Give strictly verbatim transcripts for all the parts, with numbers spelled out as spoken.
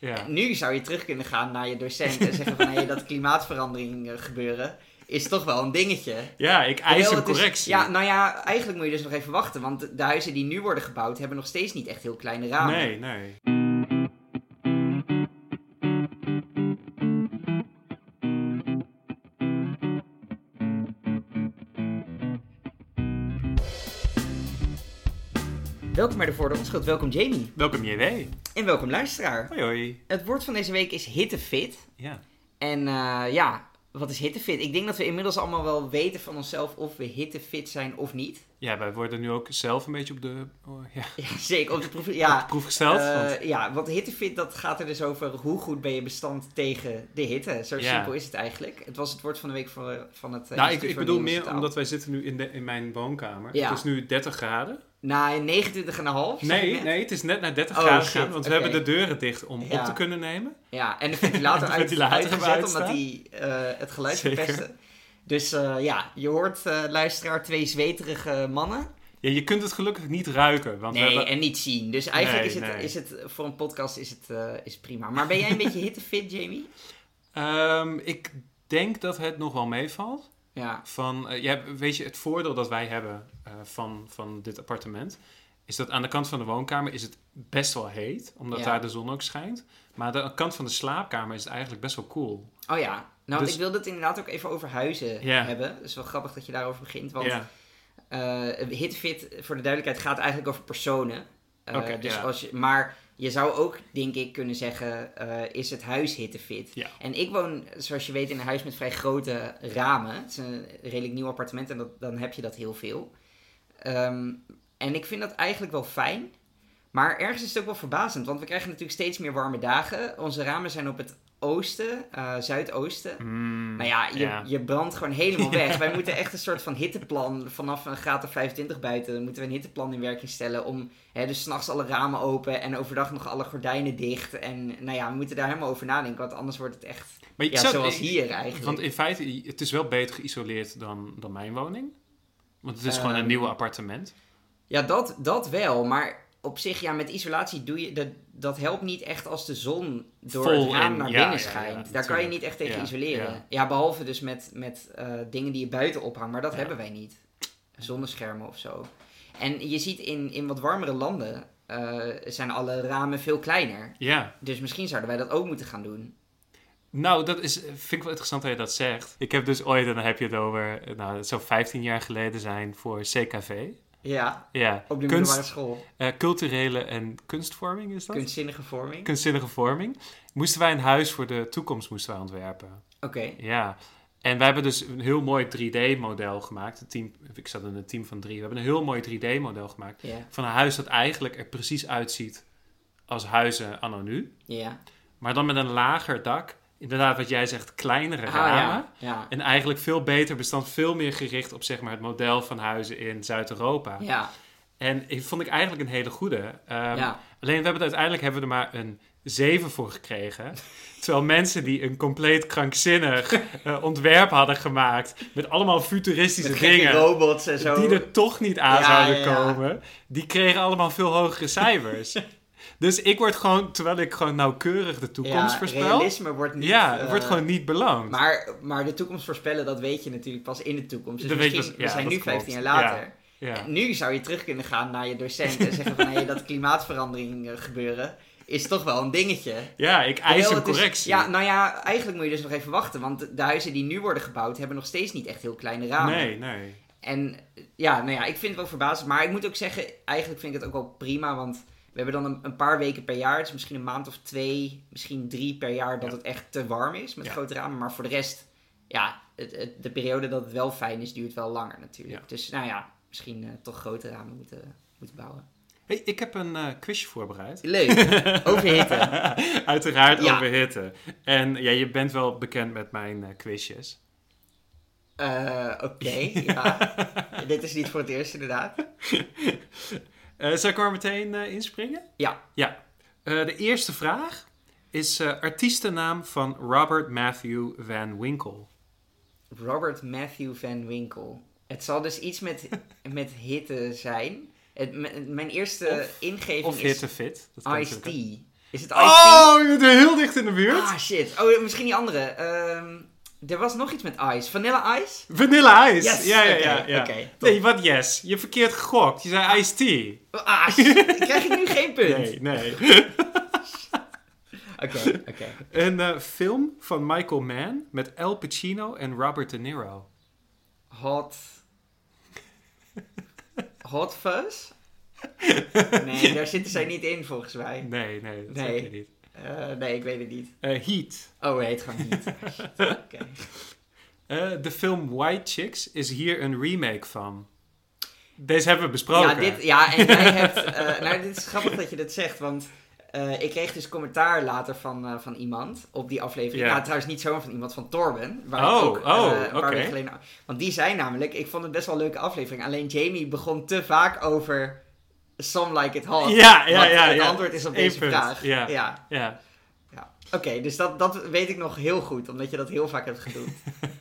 Ja. Nu zou je terug kunnen gaan naar je docent en zeggen van... Hey, dat klimaatverandering uh, gebeuren is toch wel een dingetje. Ja, ik eis Hoewel een het is- correctie. Ja, nou ja, eigenlijk moet je dus nog even wachten. Want de huizen die nu worden gebouwd hebben nog steeds niet echt heel kleine ramen. Nee, nee. Welkom bij de Voor de Onschuld. Welkom Jamie. Welkom J W. En welkom luisteraar. Hoi hoi. Het woord van deze week is hittefit. Ja. En uh, ja, wat is hittefit? Ik denk dat we inmiddels allemaal wel weten van onszelf of we hittefit zijn of niet. Ja, wij worden nu ook zelf een beetje op de, oh, ja, Ja, zeker. Op de proef, ja, op de proef gesteld. Uh, want... Ja, want hittefit, dat gaat er dus over hoe goed ben je bestand tegen de hitte. Zo Ja. simpel is het eigenlijk. Het was het woord van de week van, van het... Uh, Nou, ik, Instituut ik voor bedoel Nederlandse meer Taal. omdat wij zitten nu in, de, in mijn woonkamer. Ja. Het is nu dertig graden. Nou, negenentwintig komma vijf. Nee, nee, het is net naar dertig Oh, graden shit, gegaan, want we oké. hebben de deuren dicht om Ja. op te kunnen nemen. Ja, en de ventilator, De uit, ventilator uitgezet hebben omdat uitstaan. die uh, het geluid Zeker. verpestte. Dus uh, ja, je hoort, uh, luisteraar, twee zweterige mannen. Ja, je kunt het gelukkig niet ruiken. Want Nee, we hebben... en niet zien. Dus eigenlijk Nee, is, het, nee. is het voor een podcast is het, uh, is het prima. Maar ben jij een beetje hittefit, Jamie? Um, ik denk dat het nog wel meevalt. Ja. Van, uh, ja, weet je, het voordeel dat wij hebben uh, van, van dit appartement... is dat aan de kant van de woonkamer is het best wel heet. Omdat Ja. daar de zon ook schijnt. Maar aan de kant van de slaapkamer is het eigenlijk best wel cool. Oh ja. Nou, Dus- ik wilde het inderdaad ook even over huizen Ja. hebben. Het is wel grappig dat je daarover begint. Want Ja, uh, hittefit, voor de duidelijkheid, gaat eigenlijk over personen. Uh, Oké, dus ja. als je, maar je zou ook, denk ik, kunnen zeggen, uh, is het huis hittefit? ja. En ik woon, zoals je weet, in een huis met vrij grote ramen. Het is een redelijk nieuw appartement en dat, dan heb je dat heel veel. Um, en ik vind dat eigenlijk wel fijn. Maar ergens is het ook wel verbazend, want we krijgen natuurlijk steeds meer warme dagen. Onze ramen zijn op het oosten, uh, zuidoosten. Mm, Nou ja, je, ja. je brandt gewoon helemaal weg. Wij moeten echt een soort van hitteplan, vanaf een graad of vijfentwintig buiten, moeten we een hitteplan in werking stellen om, hè, dus 's nachts alle ramen open en overdag nog alle gordijnen dicht. En nou ja, we moeten daar helemaal over nadenken, want anders wordt het echt, Maar je ja, zou- zoals hier eigenlijk. Want in feite, het is wel beter geïsoleerd dan, dan mijn woning. Want het is gewoon een Ehm, nieuw appartement. Ja, dat, dat wel, maar op zich, ja, met isolatie doe je, dat, dat helpt niet echt als de zon door Vol het raam in, naar ja, binnen ja, ja, schijnt. Daar natuurlijk. kan je niet echt tegen Ja, isoleren. ja. Ja. behalve dus met, met uh, dingen die je buiten ophangt, maar dat Ja. hebben wij niet. Zonneschermen of zo. En je ziet in, in wat warmere landen, uh, zijn alle ramen veel kleiner. Ja. Dus misschien zouden wij dat ook moeten gaan doen. Nou, dat is, vind ik wel interessant dat je dat zegt. Ik heb dus ooit, en dan heb je het over, nou, het zou vijftien jaar geleden zijn voor C K V. Ja, Ja, op de kunst, middelbare school. uh, culturele en kunstvorming is dat? Kunstzinnige vorming. Kunstzinnige vorming. Moesten wij een huis voor de toekomst moesten wij ontwerpen. Oké. Okay. Ja, en wij hebben dus een heel mooi drie D-model gemaakt. Een team, ik zat in een team van drie. We hebben een heel mooi drie D-model gemaakt. Ja. Van een huis dat eigenlijk er precies uitziet als huizen anno nu. Ja. Maar dan met een lager dak. Inderdaad, wat jij zegt, kleinere Ah, ramen. ja. Ja. En eigenlijk veel beter bestand, veel meer gericht op zeg maar, het model van huizen in Zuid-Europa. Ja. En ik vond ik eigenlijk een hele goede. Um, Ja. Alleen we hebben het uiteindelijk hebben we er maar een zeven voor gekregen. Terwijl mensen die een compleet krankzinnig uh, ontwerp hadden gemaakt, met allemaal futuristische Met gekke dingen, robots en zo. die er toch niet aan Ja, zouden ja, ja. komen, die kregen allemaal veel hogere cijfers. Dus ik word gewoon, terwijl ik gewoon nauwkeurig de toekomst ja, voorspel, realisme wordt niet... ja, het uh, wordt gewoon niet beloond. Maar, maar de toekomst voorspellen, dat weet je natuurlijk pas in de toekomst. Dus Dat weet je misschien, pas- ja, we zijn dat nu klopt. vijftien jaar later. Ja. En nu zou je terug kunnen gaan naar je docent en zeggen van, hé, dat klimaatverandering uh, gebeuren is toch wel een dingetje. ja, ik eis Hoewel een het is- correctie. ja, nou ja, eigenlijk moet je dus nog even wachten, want de huizen die nu worden gebouwd hebben nog steeds niet echt heel kleine ramen. nee, nee. En ja, nou ja, ik vind het wel verbazend. Maar ik moet ook zeggen, eigenlijk vind ik het ook wel prima. Want we hebben dan een, een paar weken per jaar. Dus misschien een maand of twee, misschien drie per jaar dat Ja. het echt te warm is met Ja. grote ramen. Maar voor de rest, ja, het, het, de periode dat het wel fijn is, duurt wel langer natuurlijk. Ja. Dus nou ja, misschien uh, toch grote ramen moeten, moeten bouwen. Hey, ik heb een uh, quizje voorbereid. Leuk, over hitte. Uiteraard Ja. over hitte. En ja, je bent wel bekend met mijn uh, quizjes. Uh, Oké, okay, ja. Dit is niet voor het eerst inderdaad. Uh, zal ik er maar meteen uh, inspringen? Ja. Ja. Uh, de eerste vraag is uh, artiestennaam van Robert Matthew Van Winkle. Robert Matthew Van Winkle. Het zal dus iets met, met hitte zijn. Het, m- mijn eerste Of- ingeving Of is hitte fit. Dat kan Ice-T. natuurlijk Is het Ice-T? Oh, je bent er heel dicht in de buurt. Ah, shit. Oh, misschien die andere. Ehm, er was nog iets met Ice. Vanilla Ice? Vanilla Ice. Yes. Ja, ja, Oké, ja. ja. oké, top. Nee, wat yes? Je hebt verkeerd gegokt. Je zei Ice-T. Ah, shit. Krijg ik nu geen punt? Nee, nee. Oké, oké. Een uh, film van Michael Mann met Al Pacino en Robert De Niro. Hot... Hot Fuzz? Nee, daar zitten zij niet in volgens mij. Nee, nee, dat Nee. zeg je niet. Uh, nee, ik weet het niet. Uh, Heat. Oh, hij heet gewoon niet. Oké. Uh, de film White Chicks is hier een remake van. Deze hebben we besproken. Ja, dit, ja, en jij hebt... Uh, nou, dit is grappig dat je dit zegt, want... Uh, ik kreeg dus commentaar later van, uh, van iemand op die aflevering. Ja. Ja, trouwens niet zomaar van iemand, van Torben. Waar Oh, ik ook, uh, oh, een paar oké. weken geleden... Want die zei namelijk, ik vond het best wel een leuke aflevering. Alleen Jamie begon te vaak over Some Like It Hot. Ja, ja, wat ja. het ja. antwoord is op Eén deze punt. vraag. Ja, ja. ja. ja. Oké, okay, dus dat, dat weet ik nog heel goed, omdat je dat heel vaak hebt gedaan.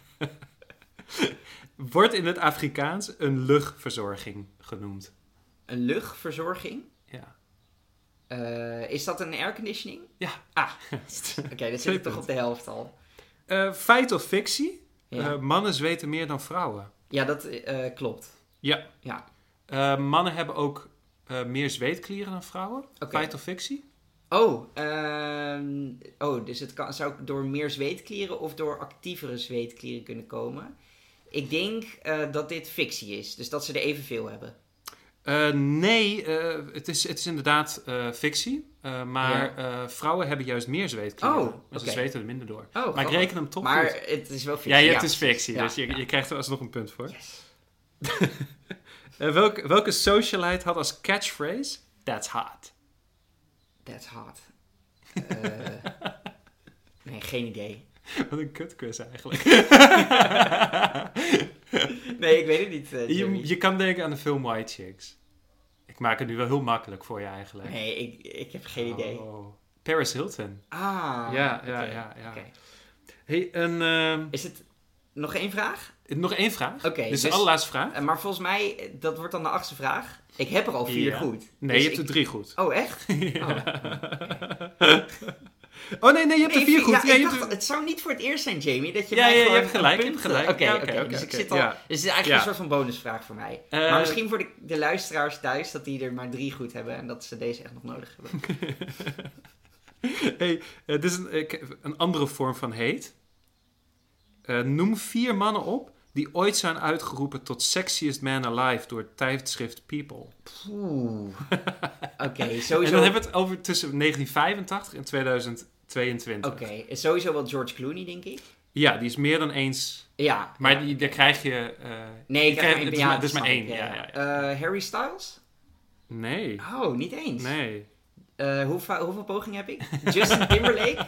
Wordt in het Afrikaans een luchtverzorging genoemd. Een luchtverzorging? Ja. Uh, is dat een airconditioning? Ja. Ah, oké, okay, dat zit ik toch op de helft al. Uh, feit of fictie? Ja, Uh, mannen zweten meer dan vrouwen. ja dat uh, klopt. Ja. Ja. Uh, mannen hebben ook uh, meer zweetklieren dan vrouwen. Okay. Feit of fictie? Oh, uh, oh, dus het kan, zou door meer zweetklieren of door actievere zweetklieren kunnen komen. Ik denk uh, dat dit fictie is, dus dat ze er evenveel hebben. Uh, nee, uh, het, is, het is inderdaad uh, fictie. Uh, maar ja. uh, vrouwen hebben juist meer zweetklieren. Oh, dus okay. ze zweten er minder door. Oh, maar grappig. ik reken hem toch maar goed. Maar het is wel fictie. Ja, je hebt ja, dus fictie, ja, dus je, ja. je krijgt er alsnog een punt voor. Yes. uh, welke, welke socialite had als catchphrase That's hot? That's hot. Uh, nee, geen idee. Wat een kutquiz eigenlijk. Nee, ik weet het niet. Uh, je, je kan denken aan de film White Chicks. Ik maak het nu wel heel makkelijk voor je eigenlijk. Nee, ik, ik heb geen idee. Oh. Paris Hilton. Ah. Ja, ja, okay. ja. ja. Okay. Hey, een, uh, Is het nog één vraag? Nog één vraag. Oké. Okay, Dit is dus, de allerlaatste vraag. Uh, maar volgens mij, dat wordt dan de achtste vraag. Ik heb er al vier ja. goed. Nee, dus je hebt ik... er drie goed. Oh, echt? ja. Oh, okay. Oh nee, nee, je hebt nee, er vier goed. Ja, ja, ik je dacht, hebt... Het zou niet voor het eerst zijn, Jamie, dat je ja, mij ja, gewoon je hebt gelijk, een je punt... hebt gelijk. Oké, ja, oké, okay, okay, dus okay, ik zit al... ja. Dus het is eigenlijk ja. een soort van bonusvraag voor mij. Uh, maar misschien voor de, de luisteraars thuis, dat die er maar drie goed hebben en dat ze deze echt nog nodig hebben. Hey, uh, dit is een, uh, een andere vorm van hate. Uh, noem vier mannen op die ooit zijn uitgeroepen tot sexiest man alive door het tijdschrift People. Oeh. Oké, okay, sowieso... En dan hebben we het over tussen negentien vijfentachtig en tweeduizend tweeëntwintig. Oké, okay. Sowieso wel George Clooney, denk ik. Ja, die is meer dan eens... Ja. Maar ja, die, okay. daar krijg je... Uh, nee, ik krijg het, een, is ja, maar, het is maar snap één. ik, ja, ja, ja, ja. Uh, Harry Styles? Nee. Oh, niet eens? Nee. Uh, hoeveel, hoeveel pogingen heb ik? Justin Timberlake?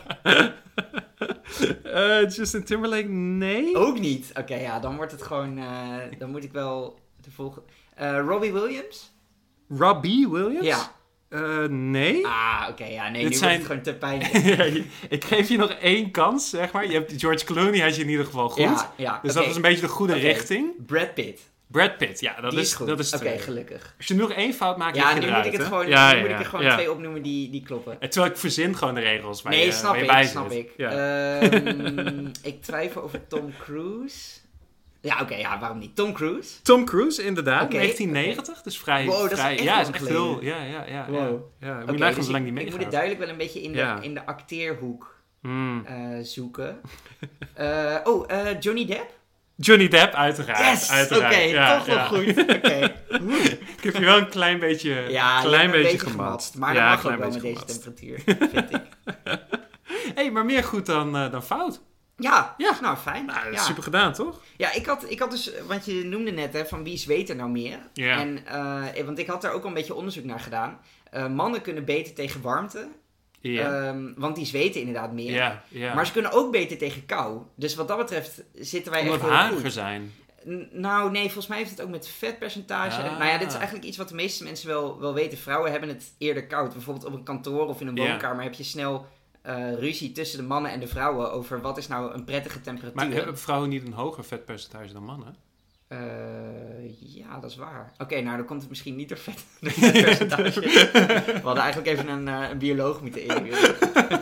uh, Justin Timberlake, nee. Ook niet. Oké, okay, ja, dan wordt het gewoon... Uh, dan moet ik wel de volgende... Uh, Robbie Williams? Robbie Williams? Ja. Uh, nee. Ah, oké, okay, ja, nee, Dit nu zijn... wordt het gewoon te pijnlijk. Ik geef je nog één kans, zeg maar. Je hebt George Clooney, had je in ieder geval goed. Ja, ja. Dus okay. dat was een beetje de goede okay. richting. Brad Pitt. Brad Pitt, ja, dat die is, is goed. dat is Oké, twee. okay, gelukkig. Als je nog één fout maakt, ja, je nu eruit, moet ik het gewoon, ja, nu ja, moet ik ja, er gewoon ja. twee opnoemen die, die kloppen. En terwijl ik verzin gewoon de regels waar nee, je, snap waar je ik, bij snap zit. ik. Ja. Um, ik twijfel over Tom Cruise. Ja, oké, okay, ja, waarom niet? Tom Cruise? Tom Cruise, inderdaad. Okay, negentien negentig, okay. Dus vrij... Wow, dat vrij, is echt ja, lang is echt geleden. heel... Ja, ja, ja. Wow. ja, ja. Moet okay, je nagaan dus zo lang ik, niet ik moet meegaat. het duidelijk wel een beetje in de, ja. in de acteerhoek mm. uh, zoeken. uh, oh, uh, Johnny Depp? Johnny Depp, uiteraard. Yes! Oké, okay, ja, toch ja. nog goed. Okay. Ik heb je wel een klein beetje, ja, klein een beetje, beetje gematst. Maar ja, dat mag ook wel met deze gematst. temperatuur, vind ik. Hé, hey, maar meer goed dan, uh, dan fout. Ja, ja, nou fijn. Nou, dat is ja. super gedaan, toch? Ja, ik had, ik had dus, want je noemde net, hè, van wie zweet er nou meer? Ja. En, uh, want ik had daar ook al een beetje onderzoek naar gedaan. Uh, mannen kunnen beter tegen warmte. Ja. Um, want die zweten inderdaad meer. Ja, ja. Maar ze kunnen ook beter tegen kou. Dus wat dat betreft zitten wij Omdat echt heel hariger goed. zijn. N- nou, nee, volgens mij heeft het ook met vetpercentage. Ah. Nou ja, dit is eigenlijk iets wat de meeste mensen wel, wel weten. Vrouwen hebben het eerder koud. Bijvoorbeeld op een kantoor of in een woonkamer ja. heb je snel uh, ruzie tussen de mannen en de vrouwen over wat is nou een prettige temperatuur. Maar hebben vrouwen niet een hoger vetpercentage dan mannen? Uh, ja, dat is waar. Oké, okay, nou dan komt het misschien niet door vet. percentage. We hadden eigenlijk even een, uh, een bioloog moeten inhuren.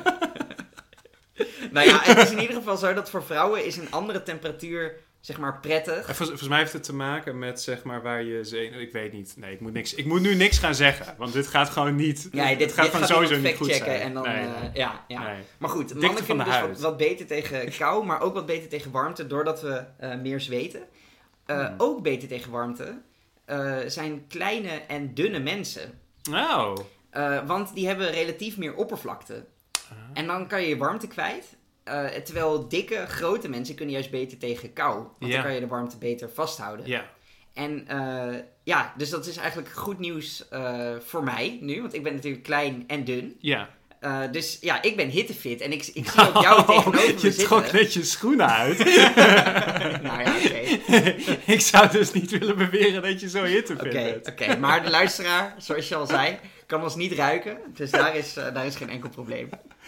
Nou ja, het is in ieder geval zo dat voor vrouwen is een andere temperatuur, zeg maar, prettig. En volgens, volgens mij heeft het te maken met, zeg maar, waar je zenuw... Ik weet niet. Nee, ik moet, niks, ik moet nu niks gaan zeggen. Want dit gaat gewoon niet... Ja, dit, dit gaat dit gewoon gaat sowieso niet goed zijn. En dan, nee, uh, nee. Ja, ja. Nee. Maar goed, Dikte mannen kunnen dus wat, wat beter tegen kou, maar ook wat beter tegen warmte, doordat we uh, meer zweten. Uh, hmm. Ook beter tegen warmte uh, zijn kleine en dunne mensen. Oh. Uh, want die hebben relatief meer oppervlakte. Uh. En dan kan je je warmte kwijt. Uh, terwijl dikke, grote mensen kunnen juist beter tegen kou. Want yeah. dan kan je de warmte beter vasthouden. Ja. Yeah. En uh, ja, dus dat is eigenlijk goed nieuws uh, voor mij nu. Want ik ben natuurlijk klein en dun. Ja. Yeah. Uh, dus ja, ik ben hittefit. En ik, ik zie ook jou tegenover me zitten. Je trok net je schoenen uit. Nou ja, oké. Okay. Ik zou dus niet willen beweren dat je zo hittefit okay, bent. Oké, okay. Maar de luisteraar, zoals je al zei, kan ons niet ruiken. Dus daar is, uh, daar is geen enkel probleem.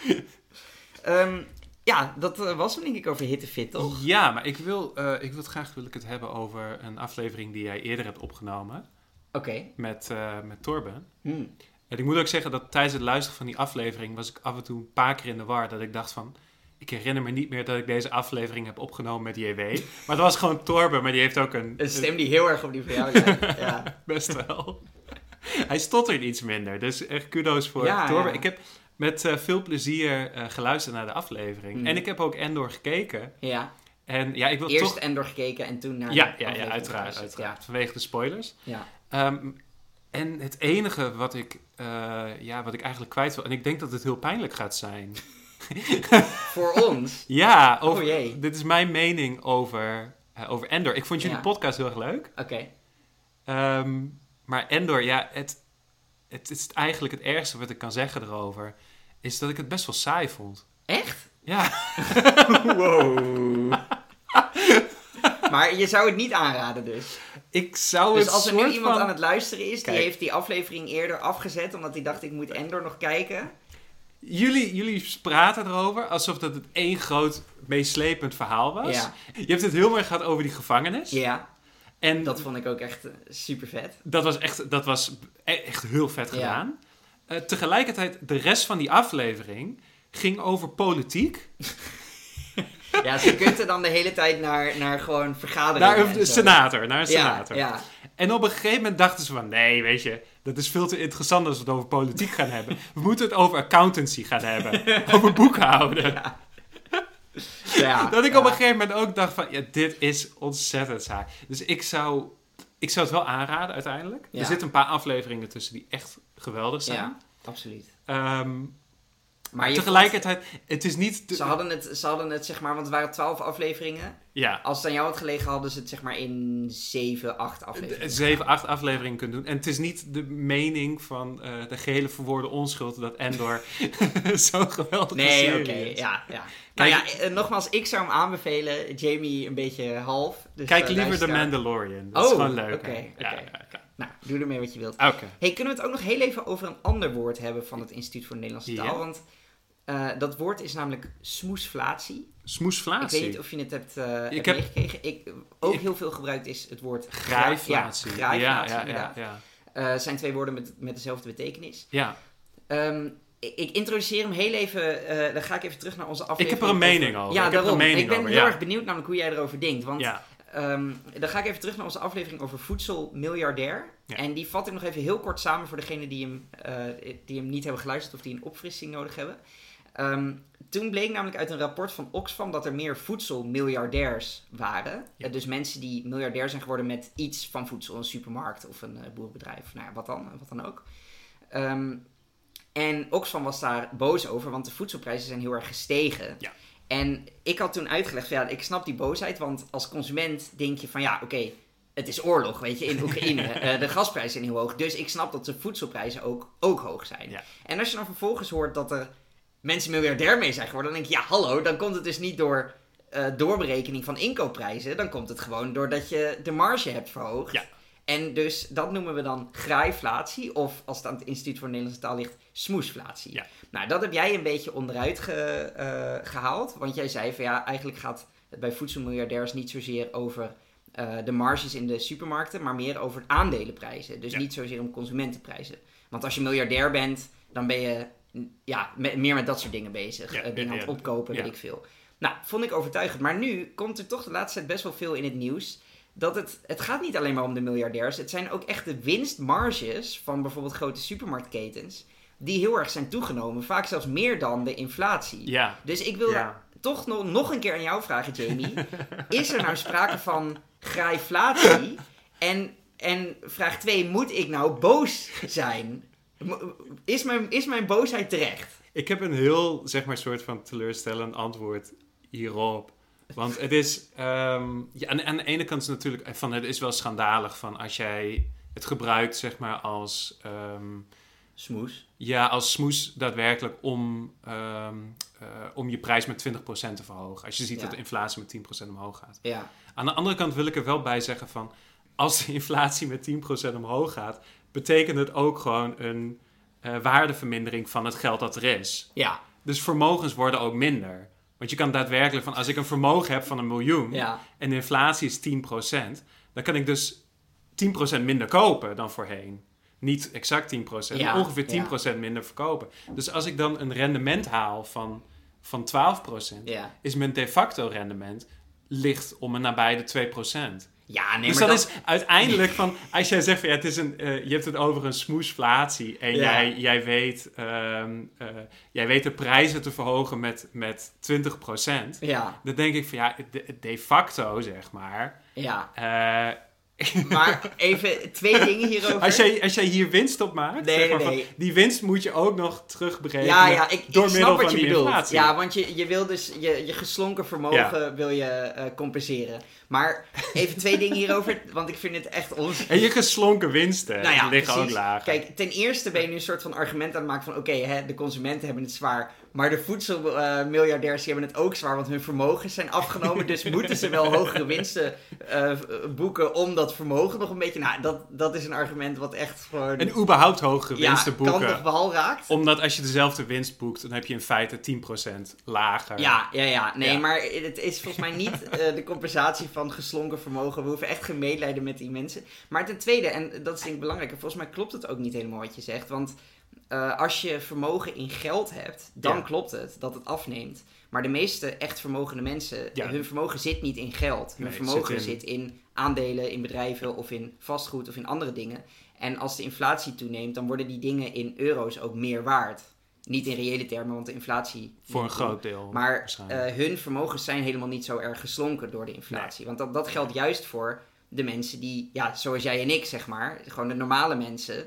Um, ja, dat uh, was hem denk ik over hittefit, toch? Ja, maar ik wil, uh, ik wil het graag wil ik het hebben over een aflevering die jij eerder hebt opgenomen. Oké. Okay. Met, uh, met Torben. Hmm. En ik moet ook zeggen dat tijdens het luisteren van die aflevering was ik af en toe een paar keer in de war. Dat ik dacht van, ik herinner me niet meer dat ik deze aflevering heb opgenomen met J W. Maar dat was gewoon Torben, maar die heeft ook een... Een stem die heel erg op die van jou lijkt. Ja. Best wel. Hij stottert iets minder, dus echt kudos voor ja, Torben. Ja. Ik heb met uh, veel plezier uh, geluisterd naar de aflevering. Mm. En ik heb ook Endor gekeken. Ja. En ja, ik wil Eerst toch... Endor gekeken en toen naar ja, de ja, ja, uiteraard, uiteraard. Ja. Vanwege de spoilers. Ja. Um, en het enige wat ik, uh, ja, wat ik eigenlijk kwijt wil... En ik denk dat het heel pijnlijk gaat zijn. Voor ons? Ja. Over, oh jee. Dit is mijn mening over, uh, over Endor. Ik vond jullie ja. podcast heel erg leuk. Oké. Okay. Um, maar Endor, ja, het, het is eigenlijk het ergste wat ik kan zeggen erover... is dat ik het best wel saai vond. Echt? Ja. Wow. Maar je zou het niet aanraden dus? Ik zou dus het als er nu iemand van... aan het luisteren is... Kijk. Die heeft die aflevering eerder afgezet... omdat hij dacht ik moet Endor nog kijken... Jullie, jullie praten erover alsof dat het één groot meeslepend verhaal was. Ja. Je hebt het heel erg gehad over die gevangenis. Ja. En dat vond ik ook echt uh, super vet. Dat was echt, dat was echt heel vet gedaan. Ja. Uh, tegelijkertijd, de rest van die aflevering ging over politiek. Ja, ze kunten dan de hele tijd naar, naar gewoon vergaderingen. Naar een senator, naar een senator. Ja, ja. En op een gegeven moment dachten ze van, nee, weet je, dat is veel te interessant als we het over politiek gaan hebben. We moeten het over accountancy gaan hebben. Over boekhouden. Ja. Ja, dat ik ja. op een gegeven moment ook dacht van, ja, dit is ontzettend saai. Dus ik zou, ik zou het wel aanraden uiteindelijk. Ja. Er zitten een paar afleveringen tussen die echt geweldig zijn. Ja, absoluut. Um, maar je tegelijkertijd, vond, het is niet... De... Ze, hadden het, ze hadden het, zeg maar, want het waren twaalf afleveringen. Ja. Als het aan jou had gelegen, hadden ze het, zeg maar, in zeven, acht afleveringen. Zeven, acht afleveringen kunnen doen. En het is niet de mening van uh, de gehele verwoorde onschuld dat Endor zo'n geweldige nee, serie okay, is. Nee, oké, ja, ja. Nou ja, uh, nogmaals, ik zou hem aanbevelen. Jamie een beetje half. Dus, Kijk uh, liever The Mandalorian. Dat oh, is gewoon leuk. Oké, okay, ja, okay. ja, ja. Nou, doe ermee wat je wilt. Oké. Okay. Hey, kunnen we het ook nog heel even over een ander woord hebben van het Instituut voor de Nederlandse Taal? Ja. Want uh, dat woord is namelijk smoesflatie. Smoesflatie? Ik weet niet of je het hebt, uh, hebt heb... meegekregen. Ik, ook ik... heel veel gebruikt is het woord grijflatie. Ja, grijflatie, ja, ja, ja, ja. Uh, zijn twee woorden met, met dezelfde betekenis. Ja. Um, ik, ik introduceer hem heel even, uh, dan ga ik even terug naar onze aflevering. Ik heb er een mening over. Ja, ik daarom. Heb er een mening ik ben over, heel ja. erg benieuwd namelijk hoe jij erover denkt. Want ja. um, dan ga ik even terug naar onze aflevering over voedselmiljardair. Ja. En die vat ik nog even heel kort samen voor degenen die hem, uh, die hem niet hebben geluisterd of die een opfrissing nodig hebben. Um, toen bleek namelijk uit een rapport van Oxfam dat er meer voedselmiljardairs waren. Ja. Uh, dus mensen die miljardair zijn geworden met iets van voedsel. Een supermarkt of een uh, boerenbedrijf. Nou ja, wat dan, wat dan ook. Um, en Oxfam was daar boos over, want de voedselprijzen zijn heel erg gestegen. Ja. En ik had toen uitgelegd, van, ja, ik snap die boosheid, want als consument denk je van ja, oké, okay, het is oorlog, weet je, in Oekraïne. uh, de gasprijzen zijn heel hoog, dus ik snap dat de voedselprijzen ook, ook hoog zijn. Ja. En als je dan vervolgens hoort dat er mensen miljardair mee zijn geworden, dan denk je, ja, hallo, dan komt het dus niet door uh, doorberekening van inkoopprijzen, dan komt het gewoon doordat je de marge hebt verhoogd. Ja. En dus dat noemen we dan graaiflatie, of als het aan het Instituut voor de Nederlandse Taal ligt, smoesflatie. Ja. Nou, dat heb jij een beetje onderuit ge, uh, gehaald, want jij zei van ja, eigenlijk gaat het bij voedselmiljardairs niet zozeer over uh, de marges in de supermarkten, maar meer over aandelenprijzen. Dus ja. niet zozeer om consumentenprijzen. Want als je miljardair bent, dan ben je ja, me- meer met dat soort dingen bezig. Ja, uh, dingen ja, aan het ja. opkopen, Ja. weet ik veel. Nou, vond ik overtuigend. Maar nu komt er toch de laatste tijd best wel veel in het nieuws. Dat het, het gaat niet alleen maar om de miljardairs. Het zijn ook echt de winstmarges van bijvoorbeeld grote supermarktketens. Die heel erg zijn toegenomen. Vaak zelfs meer dan de inflatie. Ja. Dus ik wil Ja. toch nog, nog een keer aan jou vragen, Jamie. Is er nou sprake van graaiflatie? En, en vraag twee, moet ik nou boos zijn? Mo- Is mijn, is mijn boosheid terecht? Ik heb een heel, zeg maar, soort van teleurstellend antwoord hierop. Want het is, ehm, ja, aan, aan de ene kant is het natuurlijk, van, het is wel schandalig van als jij het gebruikt, zeg maar, als, ehm, Smoes. ja, als smoes daadwerkelijk om, ehm, uh, om je prijs met twintig procent te verhogen. Als je ziet Ja. dat de inflatie met tien procent omhoog gaat. Ja. Aan de andere kant wil ik er wel bij zeggen van, als de inflatie met tien procent omhoog gaat, betekent het ook gewoon een uh, waardevermindering van het geld dat er is. Ja. Dus vermogens worden ook minder. Want je kan daadwerkelijk van, als ik een vermogen heb van een miljoen Ja. en de inflatie is tien procent, dan kan ik dus tien procent minder kopen dan voorheen. Niet exact tien procent, Ja, maar ongeveer tien ja. procent minder verkopen. Dus als ik dan een rendement haal van, van twaalf procent, Ja. is mijn de facto rendement ligt om en nabij de twee procent. Ja, nee, Dus maar dat, dat... is uiteindelijk van, als jij zegt van ja, het is een, uh, je hebt het over een smoesflatie en Ja. jij, jij, weet, um, uh, jij weet de prijzen te verhogen met, met twintig procent, Ja, dan denk ik van ja, de, de facto zeg maar. ja. Uh, Maar even twee dingen hierover. als, jij, als jij hier winst op maakt, Nee, zeg maar, nee, van, nee. die winst moet je ook nog terugberekenen Ja, ja, ik, door ik middel snap wat van je die bedoelt. inflatie. Ja, want je, je wil dus je, je geslonken vermogen wil je uh, compenseren. Maar even twee dingen hierover, want ik vind het echt onzin. En je geslonken winsten Nou ja, liggen precies. ook lager. Kijk, ten eerste ben je nu een soort van argument aan het maken van... oké, okay, de consumenten hebben het zwaar... maar de voedselmiljardairs uh, hebben het ook zwaar... want hun vermogens zijn afgenomen... dus moeten ze wel hogere winsten uh, boeken... om dat vermogen nog een beetje... Nou, dat, dat is een argument wat echt gewoon... En überhaupt hogere ja, winsten boeken. kan nog wel raakt. Omdat als je dezelfde winst boekt... dan heb je in feite tien procent lager. Ja, ja, ja. Nee, Ja. maar het is volgens mij niet uh, de compensatie van geslonken vermogen. We hoeven echt geen medelijden met die mensen. Maar ten tweede, en dat is denk ik belangrijk... en volgens mij klopt het ook niet helemaal wat je zegt... want uh, als je vermogen in geld hebt... dan Ja. klopt het dat het afneemt. Maar de meeste echt vermogende mensen... Ja. hun vermogen zit niet in geld. Hun Nee, vermogen zit in- zit in aandelen, in bedrijven... of in vastgoed of in andere dingen. En als de inflatie toeneemt... dan worden die dingen in euro's ook meer waard. Niet in reële termen, want de inflatie... Voor een groot deel. Maar waarschijnlijk. uh, hun vermogens zijn helemaal niet zo erg geslonken door de inflatie. Nee. Want dat, dat geldt juist voor de mensen die, ja, zoals jij en ik, zeg maar, gewoon de normale mensen,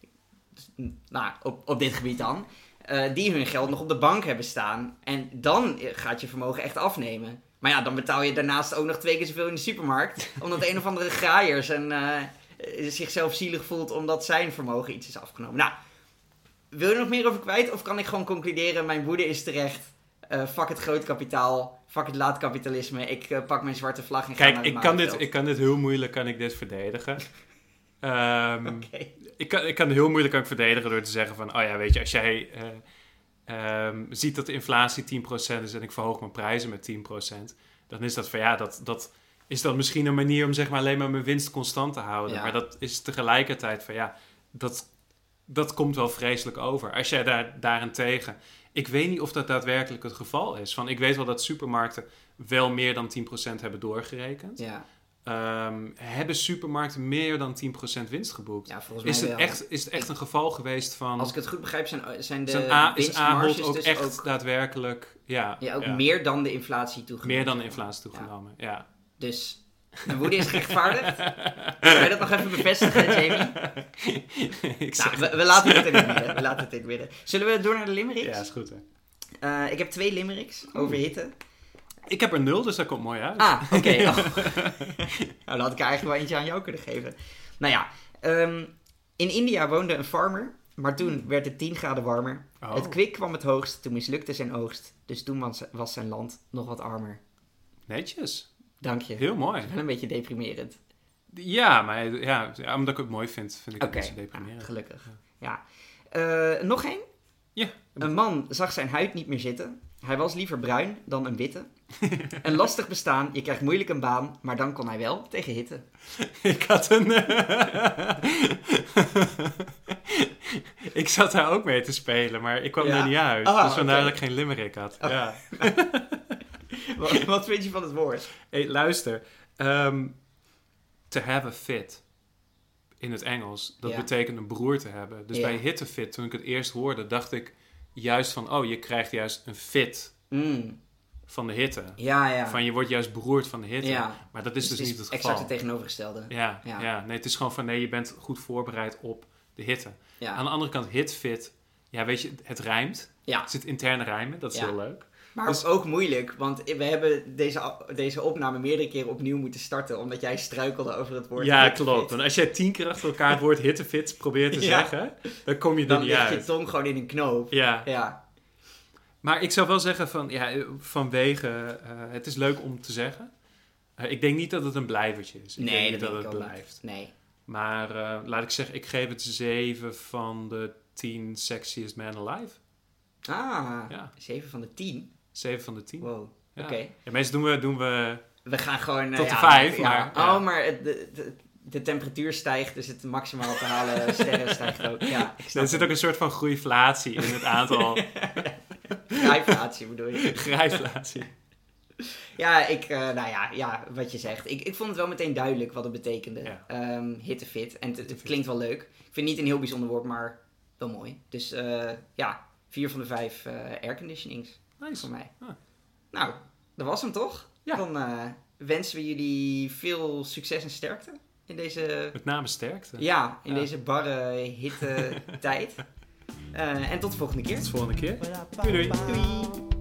nou, op, op dit gebied dan, uh, die hun geld nog op de bank hebben staan. En dan gaat je vermogen echt afnemen. Maar ja, dan betaal je daarnaast ook nog twee keer zoveel in de supermarkt, omdat een of andere graaier zijn, uh, zichzelf zielig voelt omdat zijn vermogen iets is afgenomen. Nou, wil je er nog meer over kwijt? Of kan ik gewoon concluderen, mijn woede is terecht. Uh, fuck het groot kapitaal. Fuck het laatkapitalisme. Ik uh, pak mijn zwarte vlag en ga Kijk, naar ik het kan, dit, Malieveld. ik kan dit heel moeilijk kan ik dit verdedigen. um, Okay. ik, kan, ik kan heel moeilijk kan ik verdedigen door te zeggen van... oh ja, weet je, als jij uh, um, ziet dat de inflatie tien procent is... en ik verhoog mijn prijzen met tien procent... dan is dat van ja, dat... dat is dan misschien een manier om zeg maar alleen maar mijn winst constant te houden. Ja. Maar dat is tegelijkertijd van ja, dat, dat komt wel vreselijk over. Als jij daar, daarentegen... Ik weet niet of dat daadwerkelijk het geval is. Van, ik weet wel dat supermarkten wel meer dan tien procent hebben doorgerekend. Ja. Um, hebben supermarkten meer dan tien procent winst geboekt? Ja, volgens mij Is het, wel. echt, is het echt een geval geweest van... Als ik het goed begrijp, zijn, zijn de zijn A, is Ahold winstmarges ook dus echt ook, daadwerkelijk... Ja, ja, ook ja. meer dan de inflatie toegenomen. Meer dan de inflatie toegenomen, ja. ja. Dus... Mijn woede is gerechtvaardigd. Kan je dat nog even bevestigen, Jamie? ik Nou, zeg we, we laten het in het midden. We laten het in het midden. Zullen we door naar de limericks? Ja, is goed hè. Uh, ik heb twee limericks over hitte. Ik heb er nul, dus dat komt mooi uit. Ah, oké. Okay. Oh. Nou, dan had ik er eigenlijk wel eentje aan jou kunnen geven. Nou ja, um, in India woonde een farmer, maar toen werd het tien graden warmer. Oh. Het kwik kwam het hoogst, toen mislukte zijn oogst. Dus toen was, was zijn land nog wat armer. Netjes. Dank je. Heel mooi. Wel een beetje deprimerend. Ja, maar ja, ja, omdat ik het mooi vind, vind ik Oké, het best deprimerend. ja, gelukkig. Ja. Uh, nog één? Ja. Een man zag zijn huid niet meer zitten. Hij was liever bruin dan een witte. Een lastig bestaan, je krijgt moeilijk een baan, maar dan kon hij wel tegen hitte. Ik had een... ik zat daar ook mee te spelen, maar ik kwam Ja. er niet uit. Ah, dus vandaar oké. dat ik geen limerick had. Oh. Ja. wat, wat vind je van het woord? Hey, luister. Um, to have a fit. In het Engels. Dat Ja. betekent een broer te hebben. Dus Ja. bij hittefit, toen ik het eerst hoorde, dacht ik juist van... Oh, je krijgt juist een fit Mm. van de hitte. Ja, ja. Van je wordt juist beroerd van de hitte. Ja. Maar dat is dus, het niet het exact geval. het tegenovergestelde. Ja, Ja. ja. Nee, het is gewoon van nee, je bent goed voorbereid op de hitte. Ja. Aan de andere kant, hitfit. Ja, weet je, het rijmt. Ja. Er zit interne rijmen, dat is Ja. heel leuk. Maar Dus- ook moeilijk, want we hebben deze, deze opname meerdere keren opnieuw moeten starten, omdat jij struikelde over het woord Ja, hittefit. klopt. Want als jij tien keer achter elkaar het woord hittefit probeert te Ja. zeggen, dan kom je er Dan niet ligt je uit. tong gewoon in een knoop. Ja. Ja. Maar ik zou wel zeggen van, ja, vanwege, uh, het is leuk om te zeggen. Uh, ik denk niet dat het een blijvertje is. Ik Nee, denk niet dat dat denk het ik ook blijft. niet. Nee. Maar uh, laat ik zeggen, ik geef het zeven van de tien sexiest man alive. Ah, Ja. zeven van de tien. zeven van de tien. Wow, Ja. oké. Ja, meestal doen we, doen we We gaan gewoon... eh, Tot de ja, vijf, ja. maar- ja. Oh, maar het- de, de, de temperatuur stijgt, dus het maximaal te halen sterren stijgt ook. Ja, ik snap er zit ook een soort van groeiflatie in het aantal. Grijflatie bedoel je. Grijflatie. Ja, ik, uh, nou ja, ja, wat je zegt. Ik, ik vond het wel meteen duidelijk wat het betekende. Ja. Ehm, hittefit. En het, het Hittefit. klinkt wel leuk. Ik vind het niet een heel bijzonder woord, maar wel mooi. Dus uh, ja, vier van de vijf uh, airconditionings Nice. voor mij. Ah. Nou, dat was hem toch? Ja. Dan uh, wensen we jullie veel succes en sterkte in deze, Met name sterkte. ja, in Ja. deze barre hitte tijd. Uh, en tot de volgende keer. Tot de volgende keer. Doei doei. Doei!